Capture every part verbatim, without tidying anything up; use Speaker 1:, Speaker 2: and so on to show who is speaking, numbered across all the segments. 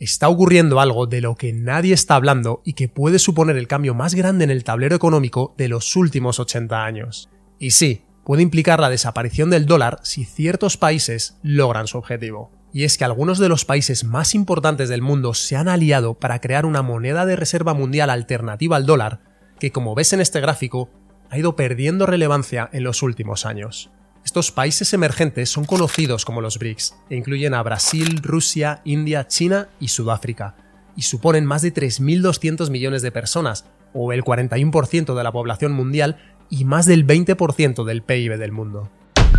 Speaker 1: está ocurriendo algo de lo que nadie está hablando y que puede suponer el cambio más grande en el tablero económico de los últimos ochenta años. Y sí, puede implicar la desaparición del dólar si ciertos países logran su objetivo. Y es que algunos de los países más importantes del mundo se han aliado para crear una moneda de reserva mundial alternativa al dólar, que como ves en este gráfico, ha ido perdiendo relevancia en los últimos años. Estos países emergentes son conocidos como los BRICS e incluyen a Brasil, Rusia, India, China y Sudáfrica, y suponen más de tres mil doscientos millones de personas, o el cuarenta y uno por ciento de la población mundial y más del veinte por ciento del P I B del mundo.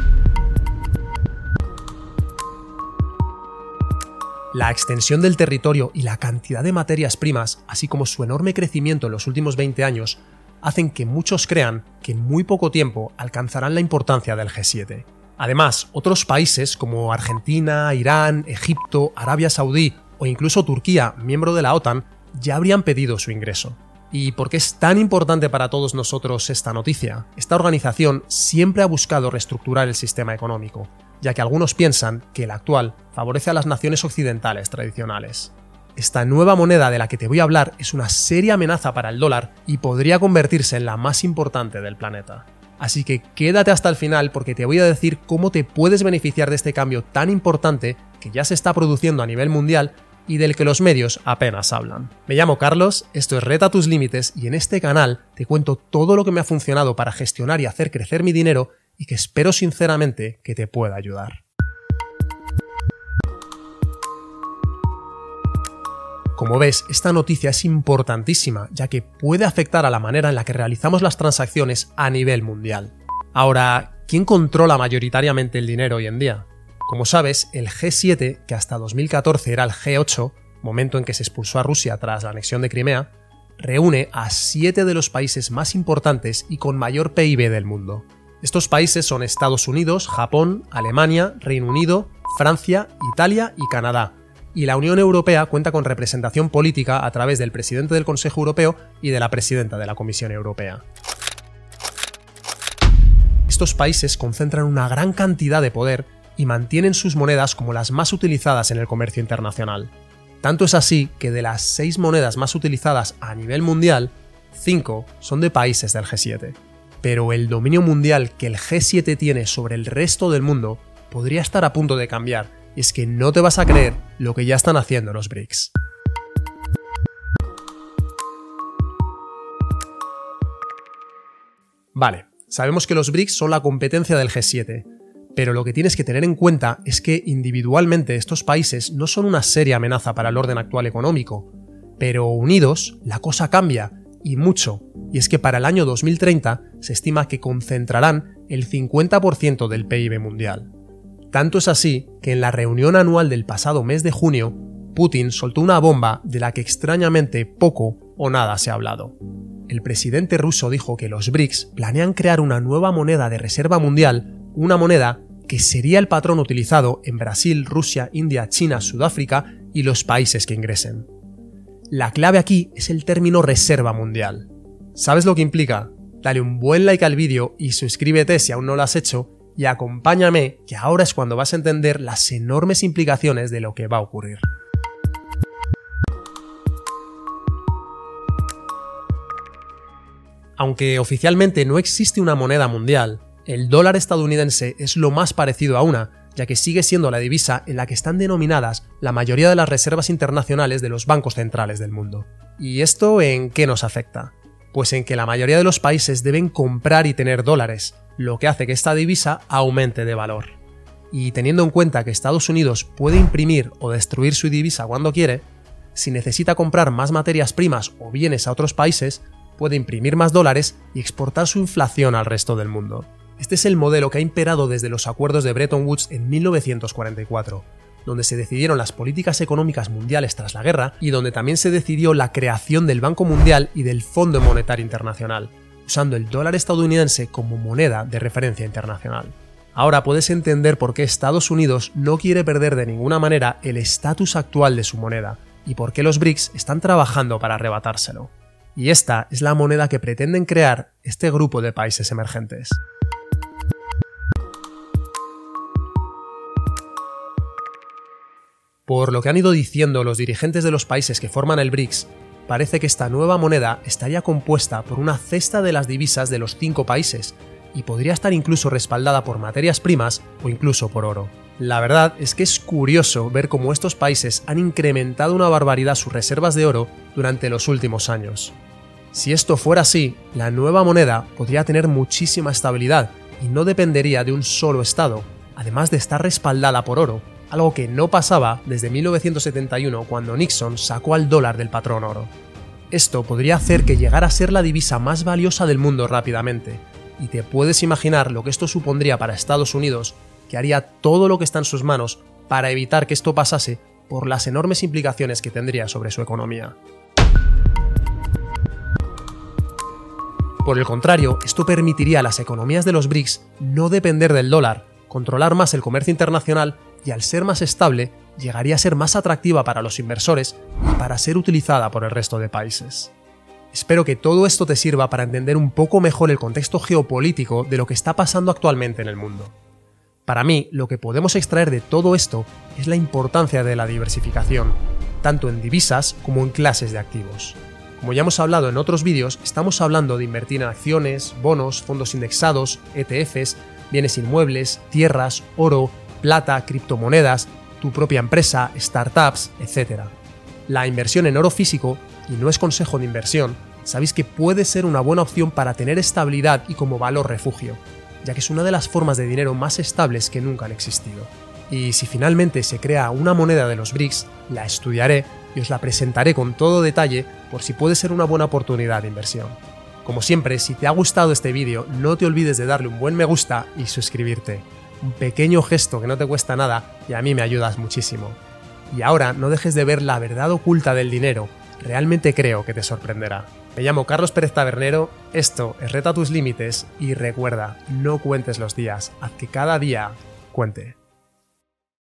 Speaker 1: La extensión del territorio y la cantidad de materias primas, así como su enorme crecimiento en los últimos veinte años, hacen que muchos crean que en muy poco tiempo alcanzarán la importancia del G siete. Además, otros países como Argentina, Irán, Egipto, Arabia Saudí o incluso Turquía, miembro de la OTAN, ya habrían pedido su ingreso. ¿Y por qué es tan importante para todos nosotros esta noticia? Esta organización siempre ha buscado reestructurar el sistema económico, ya que algunos piensan que el actual favorece a las naciones occidentales tradicionales. Esta nueva moneda de la que te voy a hablar es una seria amenaza para el dólar y podría convertirse en la más importante del planeta. Así que quédate hasta el final porque te voy a decir cómo te puedes beneficiar de este cambio tan importante que ya se está produciendo a nivel mundial y del que los medios apenas hablan. Me llamo Carlos, esto es Reta tus límites y en este canal te cuento todo lo que me ha funcionado para gestionar y hacer crecer mi dinero y que espero sinceramente que te pueda ayudar. Como ves, esta noticia es importantísima, ya que puede afectar a la manera en la que realizamos las transacciones a nivel mundial. Ahora, ¿quién controla mayoritariamente el dinero hoy en día? Como sabes, el G siete, que hasta dos mil catorce era el G ocho, momento en que se expulsó a Rusia tras la anexión de Crimea, reúne a siete de los países más importantes y con mayor P I B del mundo. Estos países son Estados Unidos, Japón, Alemania, Reino Unido, Francia, Italia y Canadá. Y la Unión Europea cuenta con representación política a través del presidente del Consejo Europeo y de la presidenta de la Comisión Europea. Estos países concentran una gran cantidad de poder y mantienen sus monedas como las más utilizadas en el comercio internacional. Tanto es así que de las seis monedas más utilizadas a nivel mundial, cinco son de países del G siete. Pero el dominio mundial que el G siete tiene sobre el resto del mundo podría estar a punto de cambiar. Y es que no te vas a creer lo que ya están haciendo los BRICS. Vale, sabemos que los BRICS son la competencia del G siete, pero lo que tienes que tener en cuenta es que individualmente estos países no son una seria amenaza para el orden actual económico, pero unidos la cosa cambia, y mucho, y es que para el año dos mil treinta se estima que concentrarán el cincuenta por ciento del P I B mundial. Tanto es así que en la reunión anual del pasado mes de junio, Putin soltó una bomba de la que extrañamente poco o nada se ha hablado. El presidente ruso dijo que los BRICS planean crear una nueva moneda de reserva mundial, una moneda que sería el patrón utilizado en Brasil, Rusia, India, China, Sudáfrica y los países que ingresen. La clave aquí es el término reserva mundial. ¿Sabes lo que implica? Dale un buen like al vídeo y suscríbete si aún no lo has hecho y acompáñame, que ahora es cuando vas a entender las enormes implicaciones de lo que va a ocurrir. Aunque oficialmente no existe una moneda mundial, el dólar estadounidense es lo más parecido a una, ya que sigue siendo la divisa en la que están denominadas la mayoría de las reservas internacionales de los bancos centrales del mundo. ¿Y esto en qué nos afecta? Pues en que la mayoría de los países deben comprar y tener dólares, lo que hace que esta divisa aumente de valor. Y teniendo en cuenta que Estados Unidos puede imprimir o destruir su divisa cuando quiere, si necesita comprar más materias primas o bienes a otros países, puede imprimir más dólares y exportar su inflación al resto del mundo. Este es el modelo que ha imperado desde los acuerdos de Bretton Woods en mil novecientos cuarenta y cuatro, donde se decidieron las políticas económicas mundiales tras la guerra y donde también se decidió la creación del Banco Mundial y del Fondo Monetario Internacional, usando el dólar estadounidense como moneda de referencia internacional. Ahora puedes entender por qué Estados Unidos no quiere perder de ninguna manera el estatus actual de su moneda y por qué los BRICS están trabajando para arrebatárselo. Y esta es la moneda que pretenden crear este grupo de países emergentes. Por lo que han ido diciendo los dirigentes de los países que forman el BRICS, parece que esta nueva moneda estaría compuesta por una cesta de las divisas de los cinco países y podría estar incluso respaldada por materias primas o incluso por oro. La verdad es que es curioso ver cómo estos países han incrementado una barbaridad sus reservas de oro durante los últimos años. Si esto fuera así, la nueva moneda podría tener muchísima estabilidad y no dependería de un solo estado, además de estar respaldada por oro, algo que no pasaba desde mil novecientos setenta y uno cuando Nixon sacó al dólar del patrón oro. Esto podría hacer que llegara a ser la divisa más valiosa del mundo rápidamente, y te puedes imaginar lo que esto supondría para Estados Unidos, que haría todo lo que está en sus manos para evitar que esto pasase por las enormes implicaciones que tendría sobre su economía. Por el contrario, esto permitiría a las economías de los BRICS no depender del dólar, controlar más el comercio internacional y al ser más estable, llegaría a ser más atractiva para los inversores y para ser utilizada por el resto de países. Espero que todo esto te sirva para entender un poco mejor el contexto geopolítico de lo que está pasando actualmente en el mundo. Para mí, lo que podemos extraer de todo esto es la importancia de la diversificación, tanto en divisas como en clases de activos. Como ya hemos hablado en otros vídeos, estamos hablando de invertir en acciones, bonos, fondos indexados, E T Fs, bienes inmuebles, tierras, oro, plata, criptomonedas, tu propia empresa, startups, etcétera. La inversión en oro físico, y no es consejo de inversión, sabéis que puede ser una buena opción para tener estabilidad y como valor refugio, ya que es una de las formas de dinero más estables que nunca han existido. Y si finalmente se crea una moneda de los BRICS, la estudiaré y os la presentaré con todo detalle por si puede ser una buena oportunidad de inversión. Como siempre, si te ha gustado este vídeo, no te olvides de darle un buen me gusta y suscribirte. Un pequeño gesto que no te cuesta nada y a mí me ayudas muchísimo. Y ahora no dejes de ver la verdad oculta del dinero, realmente creo que te sorprenderá. Me llamo Carlos Pérez Tabernero, esto es Reta tus límites y recuerda, no cuentes los días, haz que cada día cuente.